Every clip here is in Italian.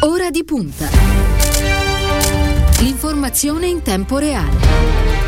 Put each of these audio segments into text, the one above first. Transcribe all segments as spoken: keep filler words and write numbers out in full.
Ora di punta. L'informazione in tempo reale.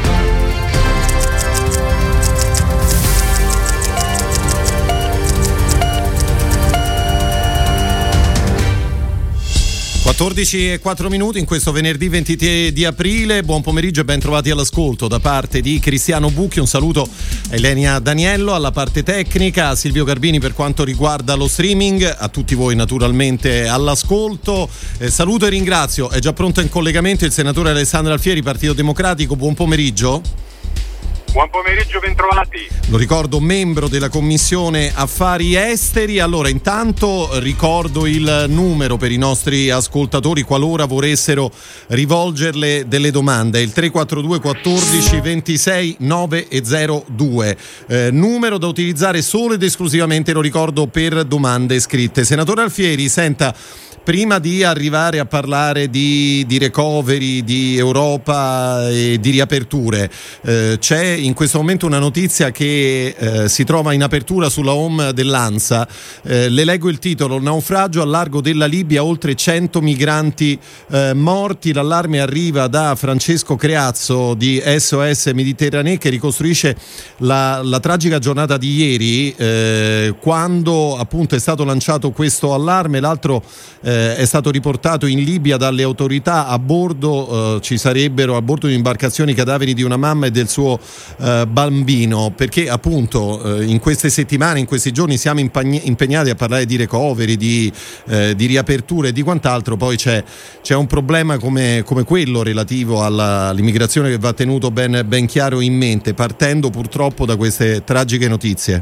quattordici e quattro minuti in questo venerdì ventitré di aprile. Buon pomeriggio e ben trovati all'ascolto da parte di Cristiano Bucchi. Un saluto a Elenia Daniello alla parte tecnica, a Silvio Garbini per quanto riguarda lo streaming, a tutti voi naturalmente all'ascolto. Eh, saluto e ringrazio, è già pronto in collegamento il senatore Alessandro Alfieri, Partito Democratico. Buon pomeriggio. Buon pomeriggio, bentrovati. Lo ricordo, membro della Commissione Affari Esteri. Allora, intanto ricordo il numero per i nostri ascoltatori qualora volessero rivolgerle delle domande, il tre quattro due quattordici ventisei novecentodue, eh, numero da utilizzare solo ed esclusivamente, lo ricordo, per domande scritte. Senatore Alfieri, senta, prima di arrivare a parlare di, di recovery, di Europa e di riaperture, eh, c'è in questo momento una notizia che eh, si trova in apertura sulla home dell'ANSA. Eh, le leggo il titolo: naufragio al largo della Libia, oltre cento migranti eh, morti. L'allarme arriva da Francesco Creazzo di S O S Mediterranee, che ricostruisce la, la tragica giornata di ieri, eh, quando appunto è stato lanciato questo allarme. L'altro eh, è stato riportato in Libia dalle autorità. A bordo eh, ci sarebbero, a bordo di imbarcazioni, i cadaveri di una mamma e del suo eh, bambino, perché appunto eh, in queste settimane, in questi giorni siamo impagn- impegnati a parlare di recovery, di, eh, di riaperture e di quant'altro. Poi c'è, c'è un problema come, come quello relativo alla, all'immigrazione che va tenuto ben, ben chiaro in mente, partendo purtroppo da queste tragiche notizie.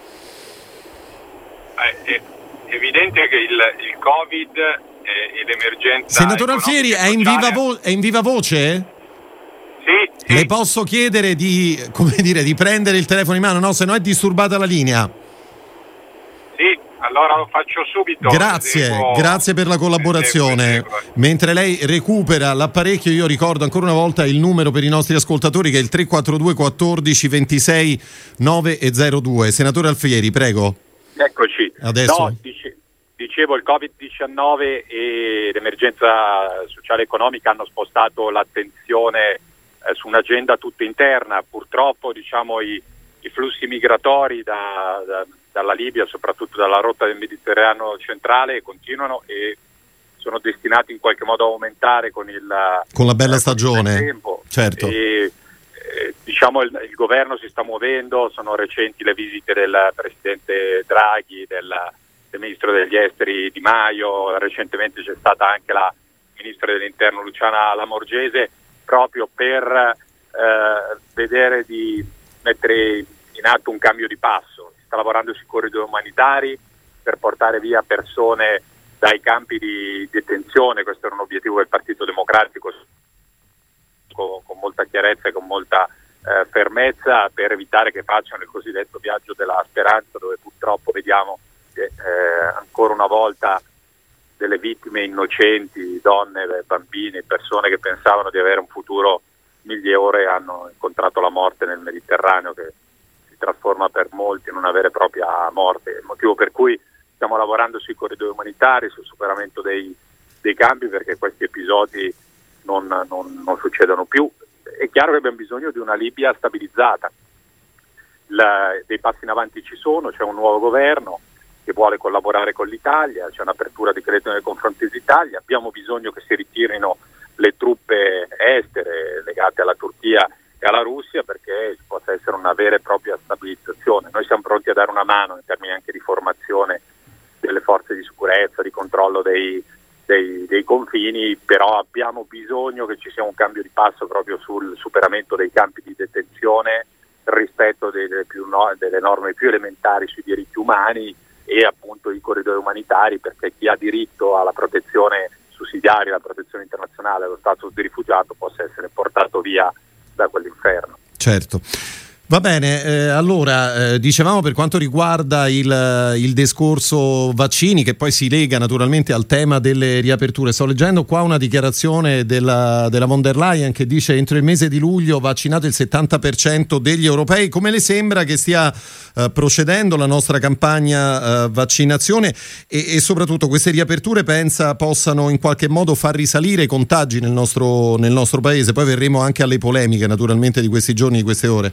È evidente che il, il Covid e, e l'emergenza. Senatore Alfieri, è in, viva vo- è in viva voce? Sì, sì. Le posso chiedere di, come dire, di prendere il telefono in mano? No, se no è disturbata la linea. Sì, allora lo faccio subito. Grazie, devo... grazie per la collaborazione. Devo, devo. Mentre lei recupera l'apparecchio, io ricordo ancora una volta il numero per i nostri ascoltatori, che è il tre quattro due quattordici ventisei novecentodue. Senatore Alfieri, prego. Eccoci. Adesso. No, dice, dicevo, il covid diciannove e l'emergenza sociale e economica hanno spostato l'attenzione eh, su un'agenda tutta interna. Purtroppo, diciamo, i, i flussi migratori da, da, dalla Libia, soprattutto dalla rotta del Mediterraneo centrale, continuano e sono destinati in qualche modo a aumentare con il con la bella eh, stagione. Con il tempo. Certo. E, Eh, diciamo il, il governo si sta muovendo, sono recenti le visite del presidente Draghi, del, del ministro degli esteri Di Maio, recentemente c'è stata anche la ministra dell'interno Luciana Lamorgese, proprio per eh, vedere di mettere in atto un cambio di passo. Si sta lavorando sui corridoi umanitari per portare via persone dai campi di detenzione. Questo era un obiettivo del Partito Democratico, Con, con molta chiarezza e con molta eh, fermezza, per evitare che facciano il cosiddetto viaggio della speranza, dove purtroppo vediamo che eh, ancora una volta delle vittime innocenti, donne, bambini, persone che pensavano di avere un futuro migliore, hanno incontrato la morte nel Mediterraneo, che si trasforma per molti in una vera e propria morte. Il motivo per cui stiamo lavorando sui corridoi umanitari, sul superamento dei, dei campi, perché questi episodi Non, non, non succedono più. È chiaro che abbiamo bisogno di una Libia stabilizzata. La, dei passi in avanti ci sono, c'è un nuovo governo che vuole collaborare con l'Italia, c'è un'apertura di credito nei confronti dell'Italia, abbiamo bisogno che si ritirino le truppe estere legate alla Turchia e alla Russia, perché ci possa essere una vera e propria stabilizzazione. Noi siamo pronti a dare una mano in termini anche di formazione delle forze di sicurezza, di controllo dei Dei, dei confini, però abbiamo bisogno che ci sia un cambio di passo proprio sul superamento dei campi di detenzione, rispetto delle, più no, delle norme più elementari sui diritti umani e appunto i corridoi umanitari, perché chi ha diritto alla protezione sussidiaria, alla protezione internazionale, allo status di rifugiato, possa essere portato via da quell'inferno. Certo. Va bene, eh, allora eh, dicevamo per quanto riguarda il, il discorso vaccini, che poi si lega naturalmente al tema delle riaperture. Sto leggendo qua una dichiarazione della, della von der Leyen che dice: entro il mese di luglio vaccinato il settanta per cento degli europei. Come le sembra che stia eh, procedendo la nostra campagna eh, vaccinazione e, e soprattutto queste riaperture pensa possano in qualche modo far risalire i contagi nel nostro, nel nostro paese? Poi verremo anche alle polemiche naturalmente di questi giorni, di queste ore.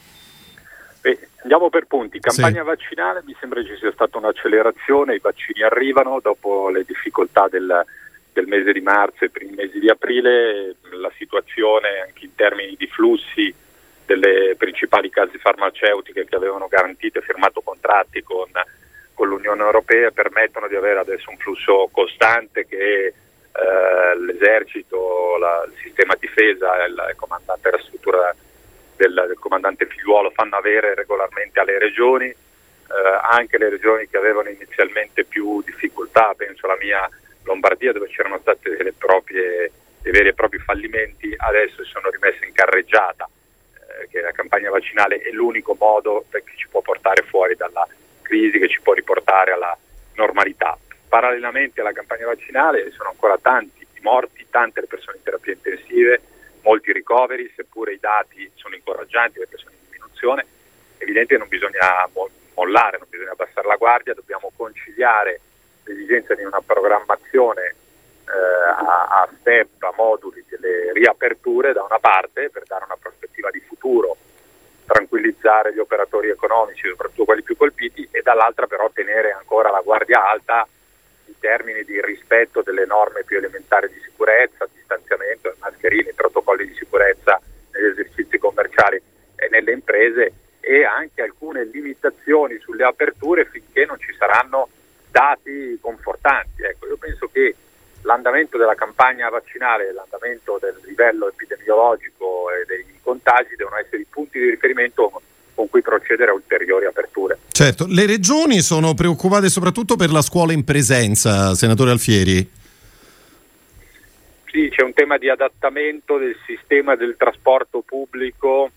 Andiamo per punti. Campagna sì. vaccinale, mi sembra ci sia stata un'accelerazione, i vaccini arrivano dopo le difficoltà del, del mese di marzo e primi mesi di aprile. La situazione anche in termini di flussi delle principali case farmaceutiche che avevano garantito e firmato contratti con, con l'Unione Europea permettono di avere adesso un flusso costante che eh, l'esercito, la, il sistema difesa e il, il comandante della struttura Del, del comandante Figliuolo fanno avere regolarmente alle regioni, eh, anche le regioni che avevano inizialmente più difficoltà, penso alla mia Lombardia dove c'erano stati delle proprie, dei veri e propri fallimenti, adesso sono rimesse in carreggiata, eh, che la campagna vaccinale è l'unico modo che ci può portare fuori dalla crisi, che ci può riportare alla normalità. Parallelamente alla campagna vaccinale sono ancora tanti i morti, tante le persone in terapia intensive, molti ricoveri, seppure i dati sono incoraggianti perché sono in diminuzione. È evidente che non bisogna mollare, non bisogna abbassare la guardia, dobbiamo conciliare l'esigenza di una programmazione eh, a, a step, a moduli delle riaperture da una parte per dare una prospettiva di futuro, tranquillizzare gli operatori economici, soprattutto quelli più colpiti, e dall'altra però tenere ancora la guardia alta in termini di rispetto delle norme più elementari di sicurezza, distanziamento, mascherine, protocolli di sicurezza negli esercizi commerciali e nelle imprese, e anche alcune limitazioni sulle aperture finché non ci saranno dati confortanti. Ecco, io penso che l'andamento della campagna vaccinale, l'andamento del livello epidemiologico e dei contagi devono essere i punti di riferimento con cui procedere a ulteriori aperture. Certo, le regioni sono preoccupate soprattutto per la scuola in presenza, senatore Alfieri? Sì, c'è un tema di adattamento del sistema del trasporto pubblico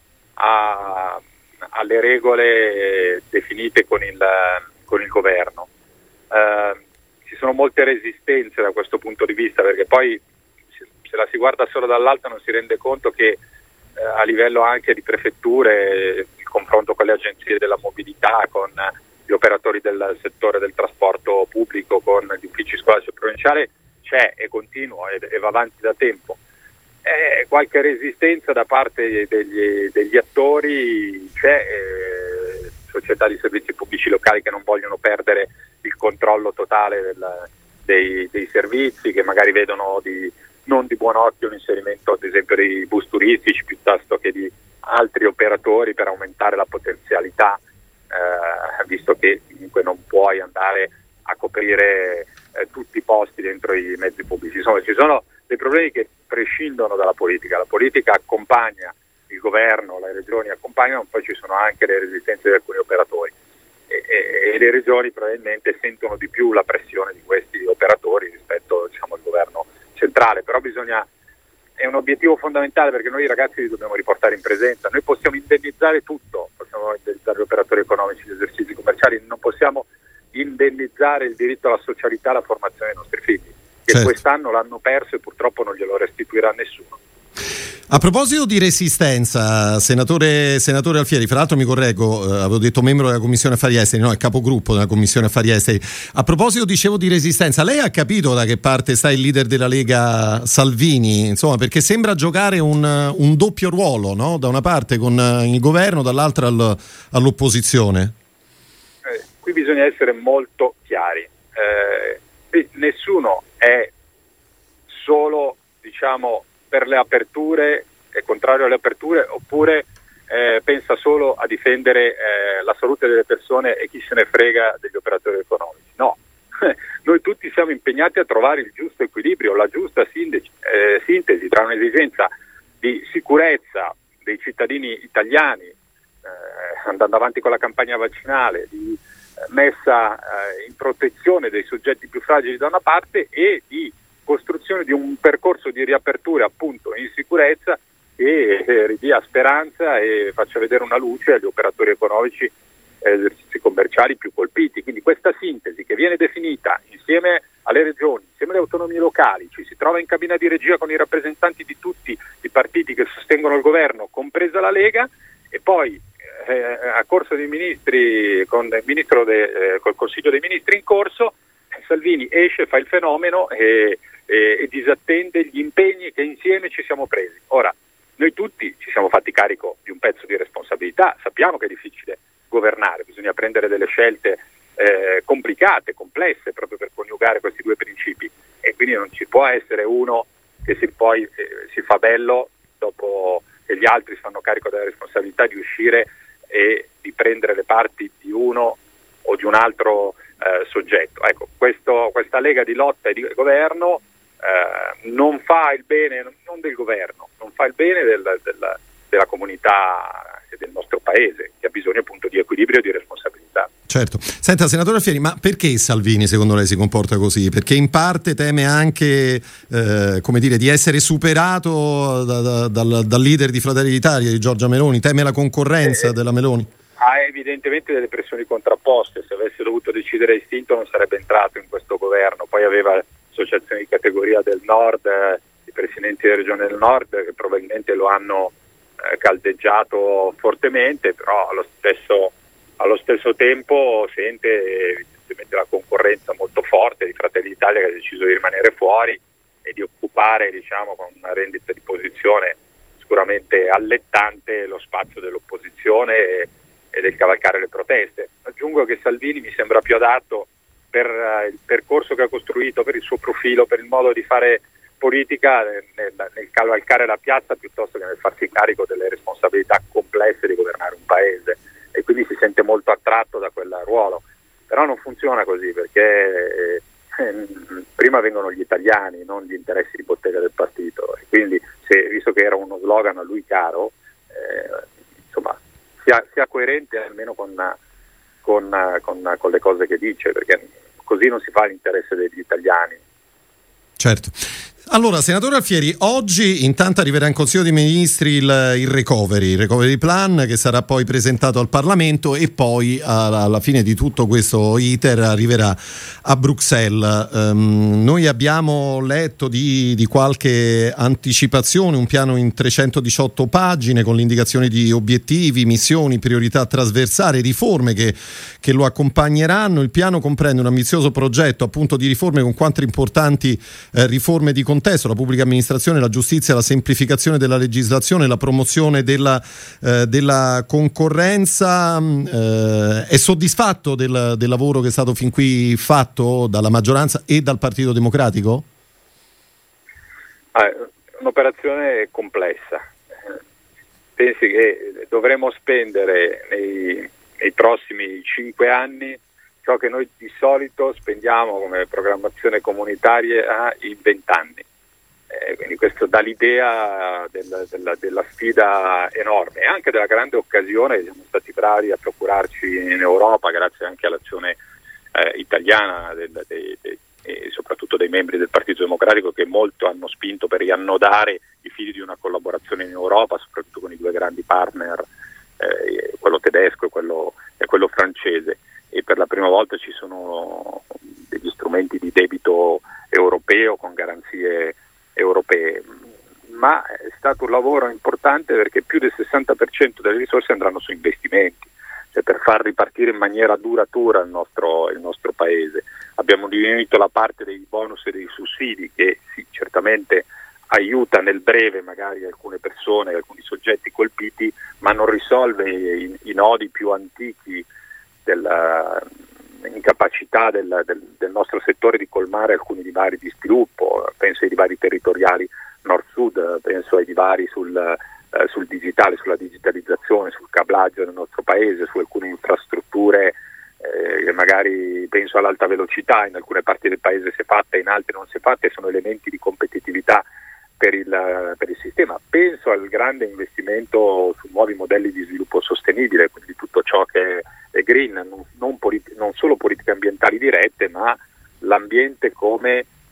a, alle regole definite con il, con il governo. Eh, ci sono molte resistenze da questo punto di vista, perché poi se la si guarda solo dall'alto non si rende conto che eh, a livello anche di prefetture, il confronto con le agenzie della mobilità, con gli operatori del settore del trasporto pubblico, con gli uffici scolastici provinciali c'è e continua e, e va avanti da tempo. Eh, qualche resistenza da parte degli, degli attori c'è, eh, società di servizi pubblici locali che non vogliono perdere il controllo totale del, dei, dei servizi, che magari vedono di, non di buon occhio l'inserimento ad esempio dei bus turistici piuttosto che di altri operatori per aumentare la potenzialità, eh, visto che comunque non puoi andare a coprire eh, tutti i posti dentro i mezzi pubblici. Insomma, ci sono dei problemi che prescindono dalla politica. La politica accompagna il governo, le regioni accompagnano, poi ci sono anche le resistenze di alcuni operatori e, e, e le regioni probabilmente sentono di più la pressione di questi operatori rispetto, diciamo, al governo centrale. Però bisogna, è un obiettivo fondamentale, perché noi i ragazzi li dobbiamo riportare in presenza. Noi possiamo indennizzare tutto, possiamo indennizzare gli operatori economici, gli esercizi commerciali, non possiamo indennizzare il diritto alla socialità e alla formazione dei nostri figli, che certo. quest'anno l'hanno perso e purtroppo non glielo restituirà nessuno. A proposito di resistenza, senatore, senatore Alfieri, fra l'altro mi correggo, eh, avevo detto membro della Commissione Affari Esteri, no, il capogruppo della Commissione Affari Esteri. A proposito, dicevo, di resistenza, lei ha capito da che parte sta il leader della Lega Salvini? Insomma, perché sembra giocare un, un doppio ruolo, no? Da una parte con il governo, dall'altra al, all'opposizione. Eh, qui bisogna essere molto chiari. Eh, nessuno è solo, diciamo, per le aperture, è contrario alle aperture, oppure eh, pensa solo a difendere eh, la salute delle persone e chi se ne frega degli operatori economici. No, noi tutti siamo impegnati a trovare il giusto equilibrio, la giusta sintesi, eh, sintesi tra un'esigenza di sicurezza dei cittadini italiani, eh, andando avanti con la campagna vaccinale, di eh, messa eh, in protezione dei soggetti più fragili da una parte, e di costruzione di un percorso di riapertura appunto in sicurezza che che eh, ridia speranza e faccia vedere una luce agli operatori economici e agli esercizi commerciali più colpiti. Quindi questa sintesi che viene definita insieme alle regioni, insieme alle autonomie locali, ci si trova in cabina di regia con i rappresentanti di tutti i partiti che sostengono il governo, compresa la Lega, e poi eh, a corso dei ministri, con il ministro de, eh, col Consiglio dei Ministri in corso, Salvini esce, fa il fenomeno e, e, e disattende gli impegni che insieme ci siamo presi. Ora, noi tutti ci siamo fatti carico di un pezzo di responsabilità, sappiamo che è difficile governare, bisogna prendere delle scelte eh, complicate, complesse, proprio per coniugare questi due principi, e quindi non ci può essere uno che si, poi eh, si fa bello dopo che gli altri si fanno carico della responsabilità di uscire e di prendere le parti di uno o di un altro eh, soggetto. Ecco, questo, questa lega di lotta e di governo eh, non fa il bene, non del governo, non fa il bene del, del, della comunità e del nostro paese, che ha bisogno appunto di equilibrio e di responsabilità. Certo. Senta, senatore Alfieri, ma perché Salvini secondo lei si comporta così? Perché in parte teme anche eh, come dire, di essere superato da, da, dal, dal leader di Fratelli d'Italia, di Giorgia Meloni, teme la concorrenza eh, della Meloni? Ha evidentemente delle pressioni contrapposte, se avesse dovuto decidere istinto non sarebbe entrato in questo governo, poi aveva associazioni di categoria del nord, eh, i presidenti delle regioni del nord che probabilmente lo hanno eh, caldeggiato fortemente, però allo stesso Allo stesso tempo sente evidentemente la concorrenza molto forte di Fratelli d'Italia, che ha deciso di rimanere fuori e di occupare, diciamo, con una rendita di posizione sicuramente allettante, lo spazio dell'opposizione e, e del cavalcare le proteste. Aggiungo che Salvini mi sembra più adatto per uh, il percorso che ha costruito, per il suo profilo, per il modo di fare politica nel, nel, nel cavalcare la piazza piuttosto che nel farsi carico delle responsabilità complesse di governare un paese. E quindi si sente molto attratto da quel ruolo, però non funziona così, perché eh, prima vengono gli italiani, non gli interessi di bottega del partito, e quindi se, visto che era uno slogan a lui caro, eh, insomma sia, sia coerente almeno con, con, con, con le cose che dice, perché così non si fa l'interesse degli italiani. Certo. Allora, senatore Alfieri, oggi intanto arriverà in Consiglio dei Ministri il, il recovery, il recovery plan, che sarà poi presentato al Parlamento e poi alla, alla fine di tutto questo iter arriverà a Bruxelles. Um, noi abbiamo letto di, di qualche anticipazione, un piano in trecentodiciotto pagine con l'indicazione di obiettivi, missioni, priorità trasversali, riforme che, che lo accompagneranno. Il piano comprende un ambizioso progetto appunto di riforme con quattro importanti eh, riforme di contesto: la pubblica amministrazione, la giustizia, la semplificazione della legislazione, la promozione della, eh, della concorrenza. Eh, è soddisfatto del, del lavoro che è stato fin qui fatto dalla maggioranza e dal Partito Democratico? Ah, un'operazione complessa. Pensi che dovremo spendere nei, nei prossimi cinque anni ciò che noi di solito spendiamo come programmazione comunitaria in vent'anni. Eh, quindi questo dà l'idea del, della, della sfida enorme e anche della grande occasione che siamo stati bravi a procurarci in Europa, grazie anche all'azione eh, italiana del, dei, dei, e soprattutto dei membri del Partito Democratico, che molto hanno spinto per riannodare i fili di una collaborazione in Europa, soprattutto con i due grandi partner, eh, quello tedesco e quello, e quello francese. E per la prima volta ci sono degli strumenti di debito europeo con garanzie europee, ma è stato un lavoro importante perché più del sessanta per cento delle risorse andranno su investimenti, cioè per far ripartire in maniera duratura il nostro, il nostro paese. Abbiamo diminuito la parte dei bonus e dei sussidi, che sì, certamente aiuta nel breve magari alcune persone, alcuni soggetti colpiti, ma non risolve i, i nodi più antichi della incapacità del, del, del nostro settore di colmare alcuni divari di sviluppo. Penso ai divari territoriali nord-sud, penso ai divari sul, eh, sul digitale, sulla digitalizzazione, sul cablaggio del nostro paese, su alcune infrastrutture eh, che magari penso all'alta velocità, in alcune parti del paese si è fatta, in altre non si è fatta, e sono elementi di competitività per il, per il sistema. Penso al grande investimento su nuovi modelli di sviluppo sostenibile, quindi tutto ciò che è green, non, non, politi- non solo politiche ambientali dirette, ma l'ambiente come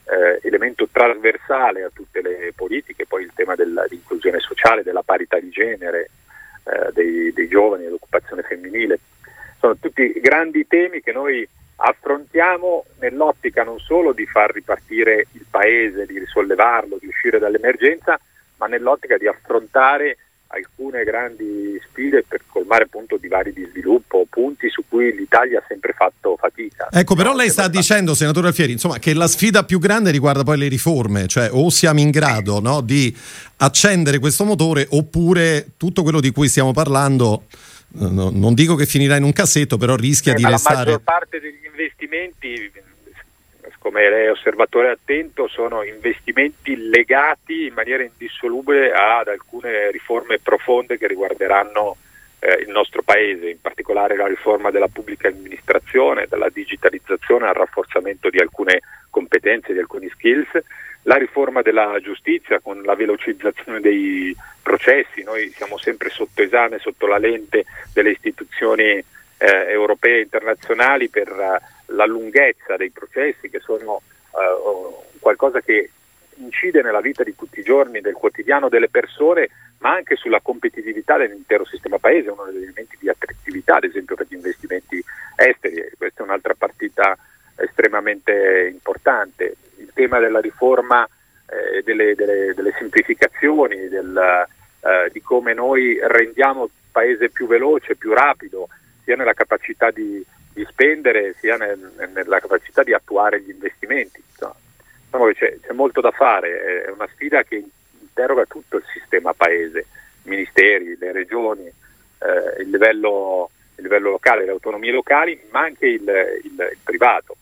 eh, elemento trasversale a tutte le politiche, poi il tema dell'inclusione sociale, della parità di genere, eh, dei, dei giovani, dell'occupazione femminile. Sono tutti grandi temi che noi affrontiamo nell'ottica non solo di far ripartire il paese, di risollevarlo, di uscire dall'emergenza, ma nell'ottica di affrontare alcune grandi sfide per colmare appunto divari di sviluppo, punti su cui l'Italia ha sempre fatto fatica. Ecco, però lei sta dicendo, senatore Alfieri, insomma, che la sfida più grande riguarda poi le riforme, cioè o siamo in grado, no, di accendere questo motore, oppure tutto quello di cui stiamo parlando, no, non dico che finirà in un cassetto, però rischia eh, di ma restare... La maggior parte degli investimenti, come lei è osservatore attento, sono investimenti legati in maniera indissolubile ad alcune riforme profonde che riguarderanno eh, il nostro paese, in particolare la riforma della pubblica amministrazione, dalla digitalizzazione al rafforzamento di alcune competenze, di alcuni skills, la riforma della giustizia con la velocizzazione dei processi. Noi siamo sempre sotto esame, sotto la lente delle istituzioni eh, europee e internazionali per uh, la lunghezza dei processi, che sono uh, qualcosa che incide nella vita di tutti i giorni, del quotidiano delle persone, ma anche sulla competitività dell'intero sistema paese, uno degli elementi di attrattività, ad esempio per gli investimenti esteri. Questa è un'altra partita estremamente importante. Il tema della riforma, eh, delle, delle, delle semplificazioni, del, eh, di come noi rendiamo il paese più veloce, più rapido, sia nella capacità di di spendere sia nel, nella capacità di attuare gli investimenti. Diciamo che c'è, c'è molto da fare, è una sfida che interroga tutto il sistema paese, i ministeri, le regioni, eh, il, livello, il livello locale, le autonomie locali, ma anche il, il, il privato.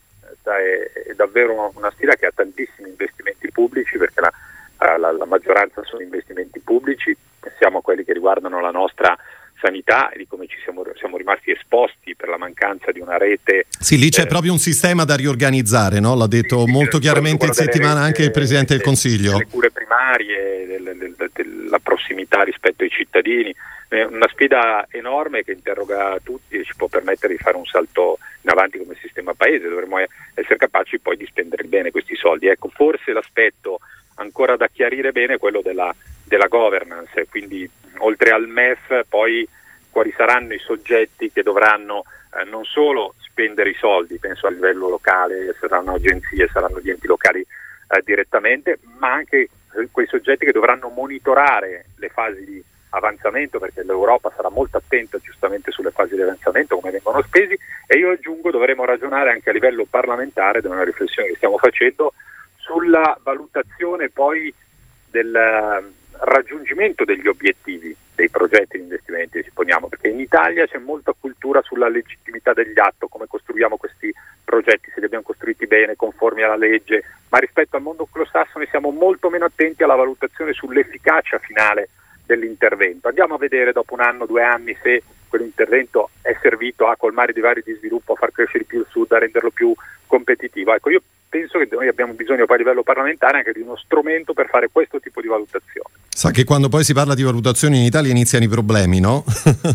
È, è davvero una sfida che ha tantissimi investimenti pubblici, perché la, la, la maggioranza sono investimenti pubblici, pensiamo a quelli che riguardano la nostra sanità e di come ci siamo, siamo rimasti esposti per la mancanza di una rete. Sì, lì c'è eh, proprio un sistema da riorganizzare, no? L'ha detto sì, molto chiaramente in settimana rete, anche il Presidente del Consiglio. Delle cure primarie, del, del, della prossimità rispetto ai cittadini. È una sfida enorme che interroga tutti e ci può permettere di fare un salto in avanti come sistema paese. Dovremmo essere capaci poi di spendere bene questi soldi. Ecco, forse l'aspetto ancora da chiarire bene è quello della, della governance, quindi oltre al M E F poi quali saranno i soggetti che dovranno eh, non solo spendere i soldi, penso a livello locale, saranno agenzie, saranno gli enti locali eh, direttamente, ma anche eh, quei soggetti che dovranno monitorare le fasi di avanzamento, perché l'Europa sarà molto attenta giustamente sulle fasi di avanzamento, come vengono spesi, e io aggiungo dovremo ragionare anche a livello parlamentare, da una riflessione che stiamo facendo, sulla valutazione poi del raggiungimento degli obiettivi dei progetti di investimenti che ci poniamo, perché in Italia c'è molta cultura sulla legittimità degli atti, come costruiamo questi progetti, se li abbiamo costruiti bene, conformi alla legge, ma rispetto al mondo anglosassone siamo molto meno attenti alla valutazione sull'efficacia finale dell'intervento. Andiamo a vedere dopo un anno, due anni, se quell'intervento è servito a colmare i divari di sviluppo, a far crescere di più il Sud, a renderlo più competitivo. Ecco, io penso che noi abbiamo bisogno poi a livello parlamentare anche di uno strumento per fare questo tipo di valutazione. Sa che quando poi si parla di valutazioni in Italia iniziano i problemi, no?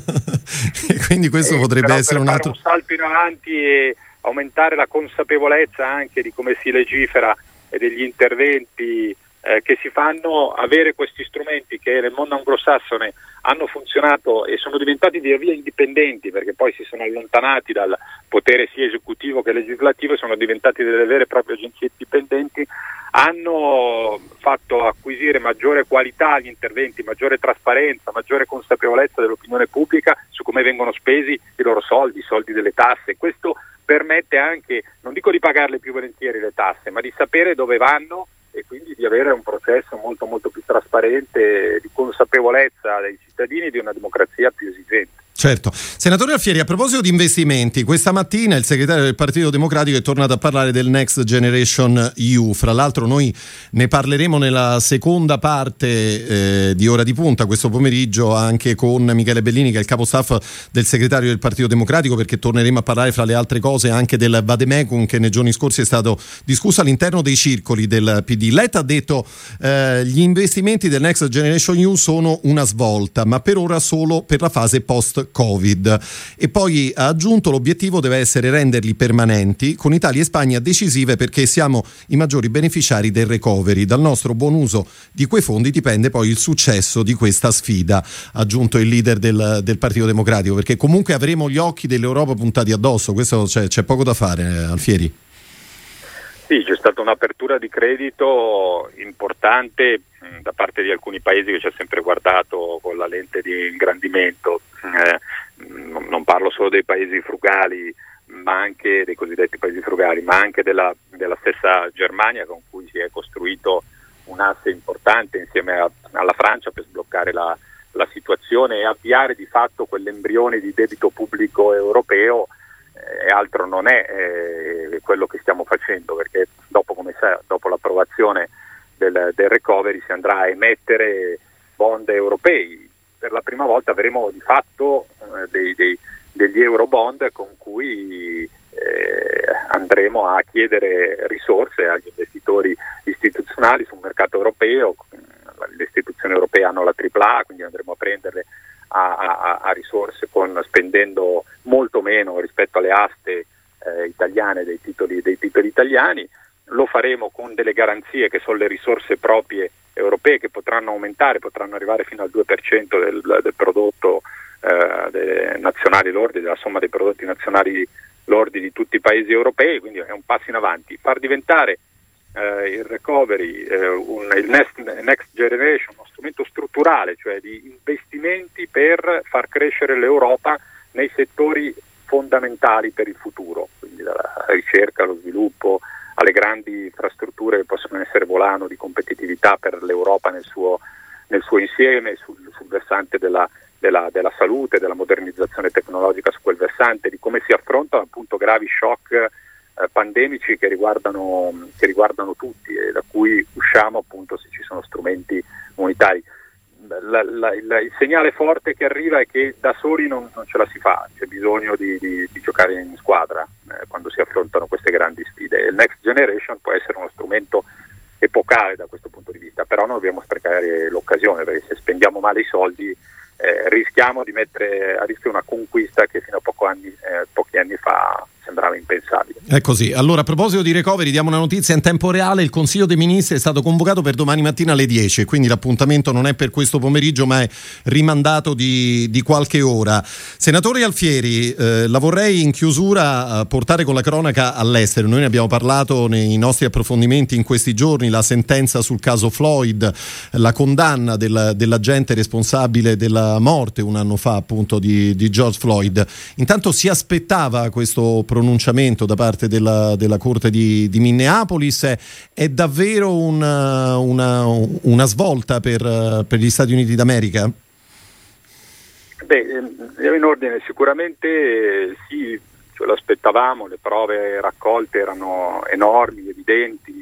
E quindi questo eh, potrebbe essere un altro... un salto in avanti e aumentare la consapevolezza anche di come si legifera e degli interventi eh, che si fanno, avere questi strumenti che nel mondo anglosassone hanno funzionato e sono diventati via via indipendenti, perché poi si sono allontanati dal potere sia esecutivo che legislativo e sono diventati delle vere e proprie agenzie indipendenti, hanno fatto acquisire maggiore qualità agli interventi, maggiore trasparenza, maggiore consapevolezza dell'opinione pubblica su come vengono spesi i loro soldi, i soldi delle tasse. Questo permette anche, non dico di pagarle più volentieri le tasse, ma di sapere dove vanno e quindi di avere un processo molto molto più trasparente, di consapevolezza dei cittadini e di una democrazia più esigente. Certo. Senatore Alfieri, a proposito di investimenti, questa mattina il segretario del Partito Democratico è tornato a parlare del Next Generation E U. Fra l'altro noi ne parleremo nella seconda parte eh, di Ora di Punta questo pomeriggio anche con Michele Bellini, che è il capo staff del segretario del Partito Democratico, perché torneremo a parlare fra le altre cose anche del vademecum che nei giorni scorsi è stato discusso all'interno dei circoli del P D. Letta ha detto eh, gli investimenti del Next Generation E U sono una svolta, ma per ora solo per la fase post post-Covid. E poi ha aggiunto: l'obiettivo deve essere renderli permanenti, con Italia e Spagna decisive perché siamo i maggiori beneficiari del recovery. Dal nostro buon uso di quei fondi dipende poi il successo di questa sfida, ha aggiunto il leader del, del Partito Democratico, perché comunque avremo gli occhi dell'Europa puntati addosso. Questo c'è, c'è poco da fare, Alfieri. Sì, c'è stata un'apertura di credito importante mh, da parte di alcuni paesi che ci ha sempre guardato con la lente di ingrandimento. Eh, non, non parlo solo dei paesi frugali, ma anche dei cosiddetti paesi frugali, ma anche della, della stessa Germania, con cui si è costruito un asse importante insieme a, alla Francia per sbloccare la, la situazione e avviare di fatto quell'embrione di debito pubblico europeo. E altro non è eh, quello che stiamo facendo, perché dopo, come sa, dopo l'approvazione del, del recovery si andrà a emettere bond europei. Per la prima volta avremo di fatto eh, dei, dei, degli euro bond con cui eh, andremo a chiedere risorse agli investitori istituzionali sul mercato europeo. Le istituzioni europee hanno la tripla A, quindi andremo a prenderle A, a, a risorse con, spendendo molto meno rispetto alle aste eh, italiane dei titoli, dei titoli italiani. Lo faremo con delle garanzie che sono le risorse proprie europee, che potranno aumentare, potranno arrivare fino al due per cento del, del prodotto eh, dei nazionali lordi, della somma dei prodotti nazionali lordi di tutti i paesi europei, quindi è un passo in avanti. Far diventare eh, il recovery, eh, un, il next, next generation, uno strumento strutturale, cioè di investimenti per far crescere l'Europa nei settori fondamentali per il futuro, quindi dalla ricerca, allo sviluppo, alle grandi infrastrutture che possono essere volano di competitività per l'Europa nel suo, nel suo insieme, sul, sul versante della, della, della salute, della modernizzazione tecnologica su quel versante, di come si affrontano appunto gravi shock eh, pandemici che riguardano, che riguardano tutti e da cui usciamo appunto se ci sono strumenti comunitari. La, la, il, il segnale forte che arriva è che da soli non, non ce la si fa, c'è bisogno di, di, di giocare in squadra eh, quando si affrontano queste grandi sfide. Il Next Generation può essere uno strumento epocale da questo punto di vista, però non dobbiamo sprecare l'occasione, perché se spendiamo male i soldi eh, rischiamo di mettere a rischio una conquista che fino a poco anni, eh, pochi anni fa sembrava impensabile. È così. Allora, a proposito di recovery, diamo una notizia in tempo reale: il Consiglio dei Ministri è stato convocato per domani mattina alle dieci, quindi l'appuntamento non è per questo pomeriggio ma è rimandato di, di qualche ora. Senatore Alfieri, eh, la vorrei in chiusura portare con la cronaca all'estero. Noi ne abbiamo parlato nei nostri approfondimenti in questi giorni: la sentenza sul caso Floyd, la condanna del, dell'agente responsabile della morte un anno fa appunto di, di George Floyd. Intanto si aspettava questo pronunciamento da parte della, della Corte di, di Minneapolis? È, è davvero una, una, una svolta per, per gli Stati Uniti d'America? Beh, andiamo in ordine. Sicuramente sì, ce lo aspettavamo, le prove raccolte erano enormi, evidenti,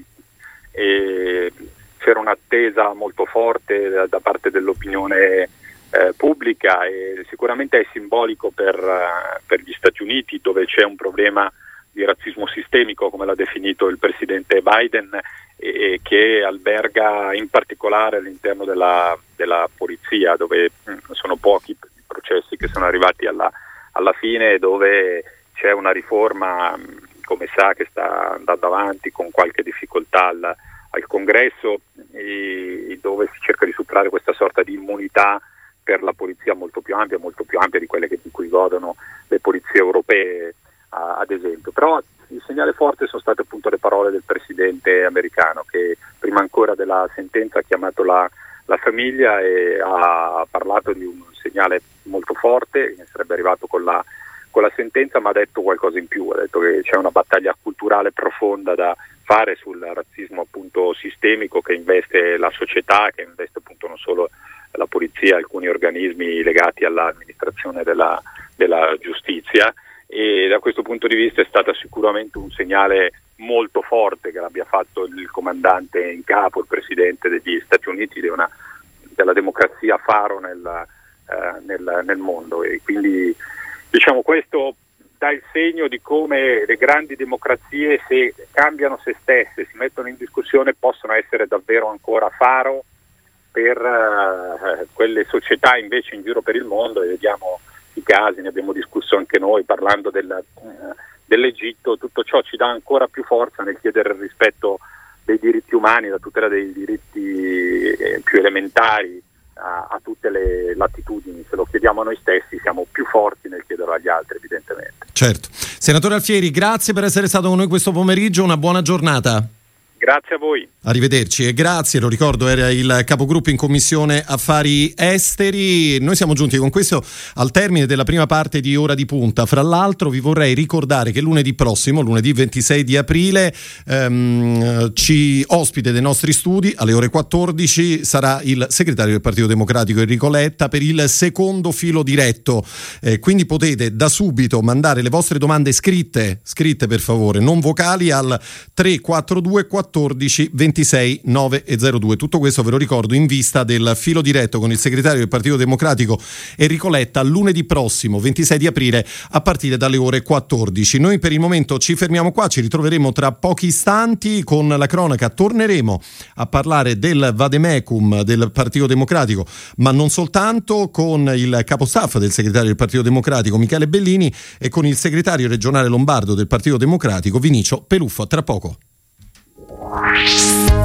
e c'era un'attesa molto forte da, da parte dell'opinione Eh, pubblica, e sicuramente è simbolico per, uh, per gli Stati Uniti, dove c'è un problema di razzismo sistemico, come l'ha definito il presidente Biden, e, e che alberga in particolare all'interno della, della polizia, dove mh, sono pochi i processi che sono arrivati alla, alla fine, dove c'è una riforma, mh, come sa, che sta andando avanti con qualche difficoltà al, al Congresso, e dove si cerca di superare questa sorta di immunità per la polizia molto più ampia, molto più ampia di quelle che, di cui godono le polizie europee, uh, ad esempio. Però il segnale forte sono state appunto le parole del presidente americano, che prima ancora della sentenza ha chiamato la, la famiglia e ha parlato di un segnale molto forte che sarebbe arrivato con la, con la sentenza, ma ha detto qualcosa in più, ha detto che c'è una battaglia culturale profonda da fare sul razzismo appunto sistemico che investe la società, che investe appunto non solo la polizia, alcuni organismi legati all'amministrazione della, della giustizia, e da questo punto di vista è stato sicuramente un segnale molto forte che l'abbia fatto il comandante in capo, il presidente degli Stati Uniti, di una, della democrazia faro nel, eh, nel, nel mondo, e quindi diciamo questo dà il segno di come le grandi democrazie, se cambiano se stesse, si mettono in discussione, possono essere davvero ancora faro per uh, quelle società invece in giro per il mondo, e vediamo questi casi, ne abbiamo discusso anche noi parlando del, eh, dell'Egitto. Tutto ciò ci dà ancora più forza nel chiedere il rispetto dei diritti umani, la tutela dei diritti eh, più elementari a, a tutte le latitudini. Se lo chiediamo a noi stessi siamo più forti nel chiederlo agli altri, evidentemente. Certo. Senatore Alfieri, grazie per essere stato con noi questo pomeriggio, una buona giornata. Grazie a voi. Arrivederci e grazie, lo ricordo, era il capogruppo in Commissione Affari Esteri. Noi siamo giunti con questo al termine della prima parte di Ora di Punta. Fra l'altro vi vorrei ricordare che lunedì prossimo, lunedì ventisei di aprile, ehm, ci ospite dei nostri studi alle ore quattordici sarà il segretario del Partito Democratico Enrico Letta per il secondo filo diretto. Eh, quindi potete da subito mandare le vostre domande scritte, scritte per favore, non vocali, al tre quattro due quattordici ventisei nove e zero due. Tutto questo ve lo ricordo in vista del filo diretto con il segretario del Partito Democratico Enrico Letta lunedì prossimo ventisei di aprile a partire dalle ore quattordici. Noi per il momento ci fermiamo qua, ci ritroveremo tra pochi istanti con la cronaca. Torneremo a parlare del vademecum del Partito Democratico, ma non soltanto, con il capostaff del segretario del Partito Democratico Michele Bellini e con il segretario regionale lombardo del Partito Democratico Vinicio Peluffo. Tra poco.